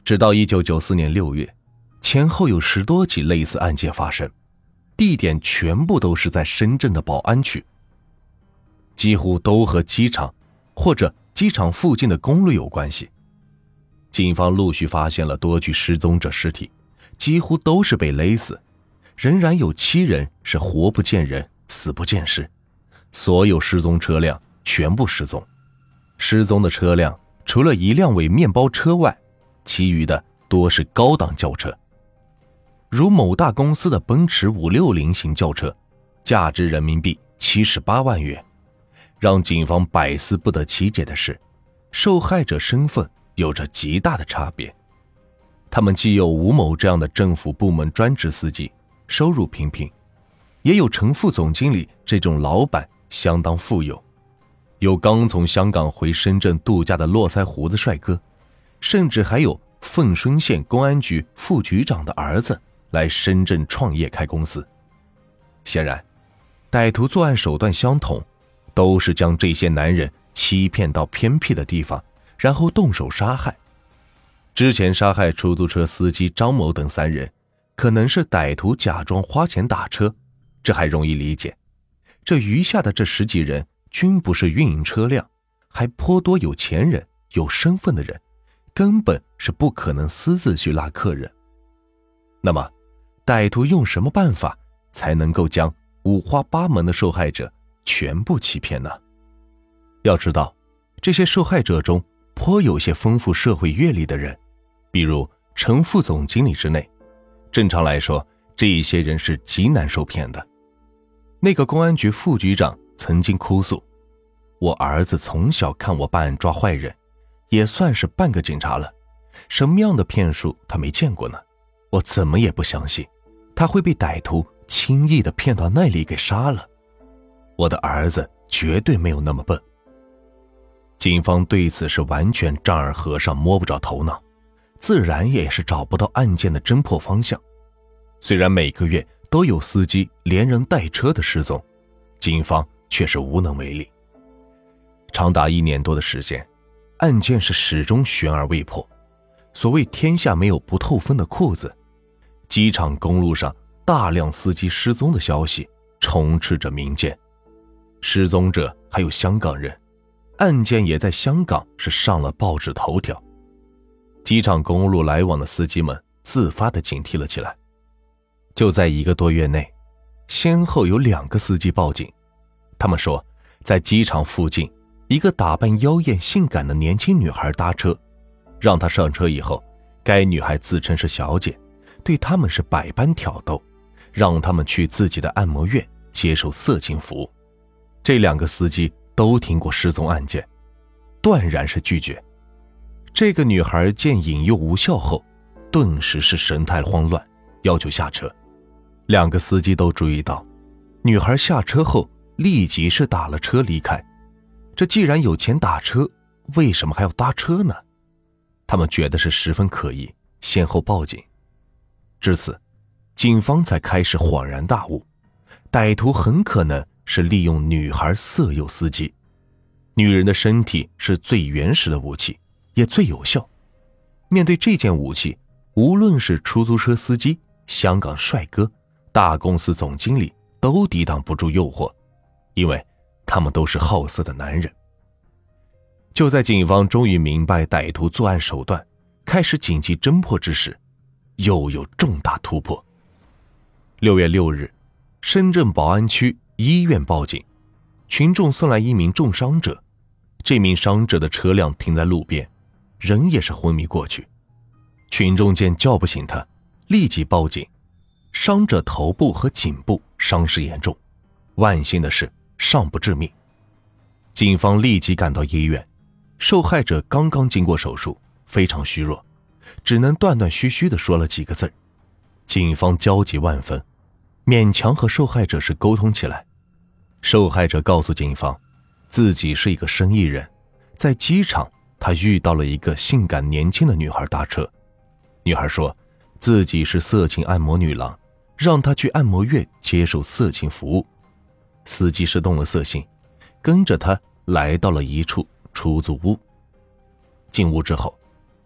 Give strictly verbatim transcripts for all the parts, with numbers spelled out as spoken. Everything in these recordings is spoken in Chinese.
直到一九九四年六月，前后有十多起类似案件发生，地点全部都是在深圳的宝安区，几乎都和机场或者机场附近的公路有关系。警方陆续发现了多具失踪者尸体，几乎都是被勒死，仍然有七人是活不见人，死不见尸，所有失踪车辆全部失踪。失踪的车辆除了一辆为面包车外，其余的多是高档轿车，如某大公司的奔驰五六零型轿车，价值人民币七十八万元。让警方百思不得其解的是，受害者身份有着极大的差别。他们既有吴某这样的政府部门专职司机，收入平平，也有陈副总经理这种老板，相当富有，有刚从香港回深圳度假的络腮胡子帅哥，甚至还有凤顺县公安局副局长的儿子来深圳创业开公司。显然，歹徒作案手段相同，都是将这些男人欺骗到偏僻的地方，然后动手杀害。之前杀害出租车司机张某等三人，可能是歹徒假装花钱打车，这还容易理解。这余下的这十几人均不是运营车辆，还颇多有钱人、有身份的人，根本是不可能私自去拉客人。那么，歹徒用什么办法才能够将五花八门的受害者全部欺骗呢？要知道，这些受害者中颇有些丰富社会阅历的人，比如陈副总经理之内。正常来说，这一些人是极难受骗的。那个公安局副局长曾经哭诉，我儿子从小看我办案抓坏人，也算是半个警察了，什么样的骗术他没见过呢？我怎么也不相信他会被歹徒轻易地骗到那里给杀了。我的儿子绝对没有那么笨。警方对此是完全丈二和尚摸不着头脑，自然也是找不到案件的侦破方向。虽然每个月都有司机连人带车的失踪，警方却是无能为力。长达一年多的时间，案件是始终悬而未破。所谓天下没有不透风的裤子，机场公路上大量司机失踪的消息充斥着民间。失踪者还有香港人，案件也在香港是上了报纸头条。机场公路来往的司机们自发地警惕了起来。就在一个多月内，先后有两个司机报警，他们说在机场附近一个打扮妖艳性感的年轻女孩搭车，让她上车以后，该女孩自称是小姐，对他们是百般挑逗，让他们去自己的按摩院接受色情服务。这两个司机都听过失踪案件，断然是拒绝。这个女孩见引诱无效后，顿时是神态慌乱，要求下车。两个司机都注意到，女孩下车后立即是打了车离开。这既然有钱打车，为什么还要搭车呢？他们觉得是十分可疑，先后报警。至此，警方才开始恍然大悟，歹徒很可能是利用女孩色诱司机。女人的身体是最原始的武器，也最有效。面对这件武器，无论是出租车司机、香港帅哥、大公司总经理，都抵挡不住诱惑，因为他们都是好色的男人。就在警方终于明白歹徒作案手段，开始紧急侦破之时，又有重大突破。六月六日，深圳宝安区医院报警，群众送来一名重伤者。这名伤者的车辆停在路边，人也是昏迷过去。群众见叫不醒他，立即报警。伤者头部和颈部伤势严重，万幸的是尚不致命。警方立即赶到医院，受害者刚刚经过手术，非常虚弱，只能断断续续地说了几个字。警方焦急万分，勉强和受害者是沟通起来。受害者告诉警方，自己是一个生意人，在机场他遇到了一个性感年轻的女孩搭车。女孩说自己是色情按摩女郎，让她去按摩院接受色情服务。司机是动了色心，跟着她来到了一处出租屋。进屋之后，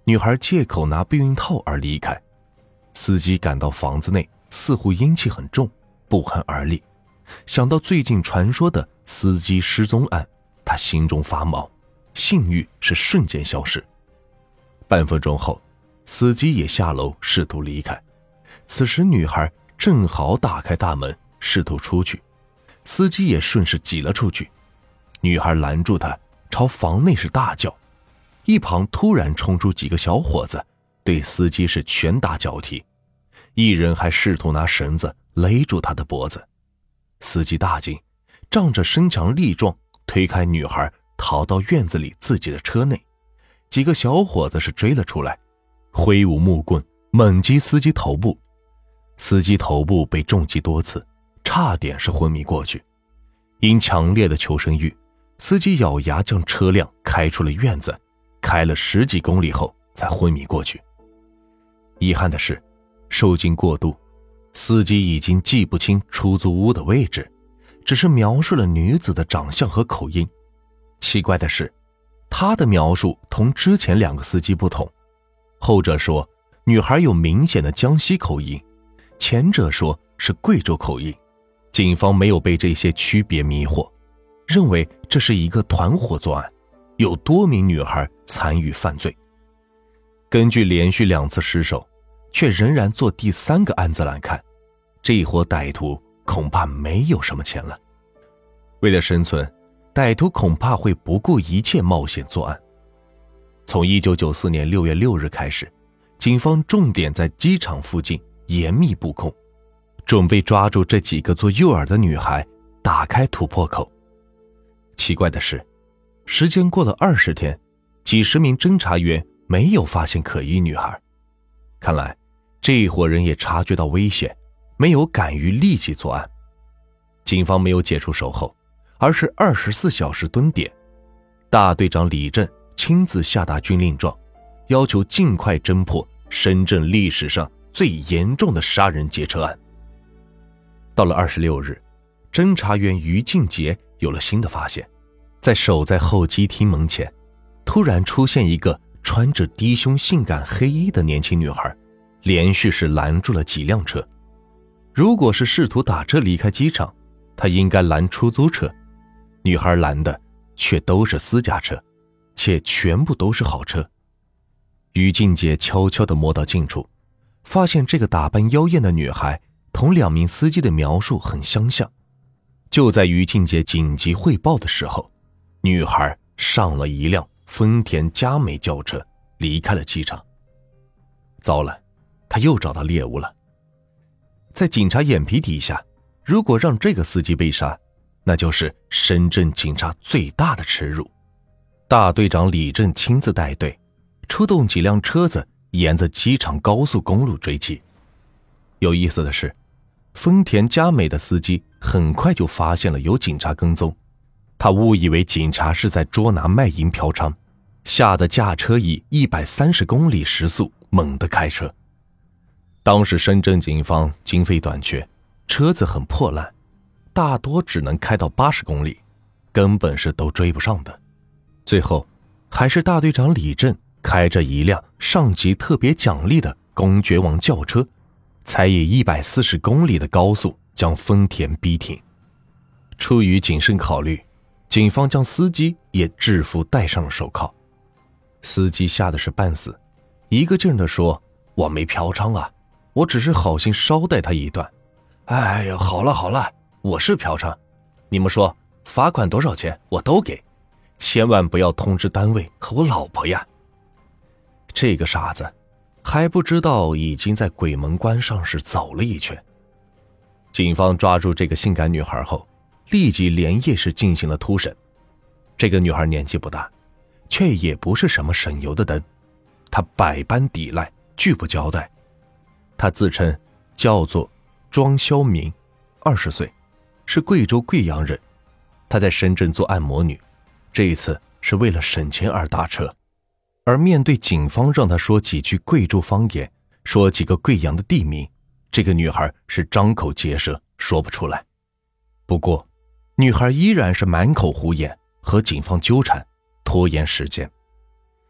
女孩借口拿避孕套而离开。司机赶到房子内，似乎阴气很重，不寒而栗。想到最近传说的司机失踪案，他心中发毛，性欲是瞬间消失。半分钟后，司机也下楼试图离开。此时女孩正好打开大门试图出去，司机也顺势挤了出去。女孩拦住他，朝房内是大叫。一旁突然冲出几个小伙子，对司机是拳打脚踢，一人还试图拿绳子勒住他的脖子。司机大惊，仗着身强力壮推开女孩，逃到院子里自己的车内。几个小伙子是追了出来，挥舞木棍猛击司机头部。司机头部被重击多次，差点是昏迷过去。因强烈的求生欲，司机咬牙将车辆开出了院子，开了十几公里后才昏迷过去。遗憾的是，受惊过度，司机已经记不清出租屋的位置，只是描述了女子的长相和口音。奇怪的是，他的描述同之前两个司机不同，后者说女孩有明显的江西口音，前者说是贵州口音。警方没有被这些区别迷惑，认为这是一个团伙作案，有多名女孩参与犯罪。根据连续两次失手，却仍然做第三个案子来看，这一伙歹徒恐怕没有什么钱了。为了生存，歹徒恐怕会不顾一切冒险作案。从一九九四年六月六日开始，警方重点在机场附近严密布控，准备抓住这几个做诱饵的女孩，打开突破口。奇怪的是，时间过了二十天，几十名侦查员没有发现可疑女孩。看来这一伙人也察觉到危险，没有敢于立即作案。警方没有解除守候，而是二十四小时蹲点。大队长李振亲自下达军令状，要求尽快侦破深圳历史上最严重的杀人劫车案。到了二十六日，侦查员于静杰有了新的发现。在守在候机厅门前，突然出现一个穿着低胸性感黑衣的年轻女孩，连续是拦住了几辆车。如果是试图打车离开机场，她应该拦出租车，女孩拦的却都是私家车，且全部都是好车。于静杰悄悄地摸到近处，发现这个打扮妖艳的女孩同两名司机的描述很相像。就在于静杰紧急汇报的时候，女孩上了一辆丰田佳美轿车，离开了机场。糟了，他又找到猎物了。在警察眼皮底下，如果让这个司机被杀，那就是深圳警察最大的耻辱。大队长李振亲自带队，出动几辆车子沿着机场高速公路追击。有意思的是，丰田佳美的司机很快就发现了有警察跟踪，他误以为警察是在捉拿卖淫嫖娼，吓得驾车以一百三十公里时速猛地开车。当时深圳警方经费短缺，车子很破烂，大多只能开到八十公里，根本是都追不上的。最后还是大队长李振开着一辆上级特别奖励的公爵王轿车，才以一百四十公里的高速将丰田逼停。出于谨慎考虑，警方将司机也制服戴上了手铐。司机吓得是半死，一个劲儿地说：我没嫖娼啊，我只是好心捎带他一段。哎呀，好了好了，我是嫖娼，你们说罚款多少钱我都给，千万不要通知单位和我老婆呀。这个傻子还不知道已经在鬼门关上是走了一圈。警方抓住这个性感女孩后，立即连夜是进行了突审。这个女孩年纪不大，却也不是什么省油的灯，她百般抵赖，拒不交代。她自称叫做庄肖明，二十岁，是贵州贵阳人。她在深圳做按摩女，这一次是为了省钱而打车。而面对警方让她说几句贵州方言，说几个贵阳的地名，这个女孩是张口结舌，说不出来。不过女孩依然是满口胡言，和警方纠缠，拖延时间。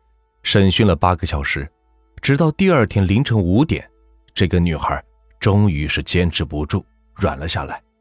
审讯了八个小时，直到第二天凌晨五点，这个女孩终于是坚持不住，软了下来。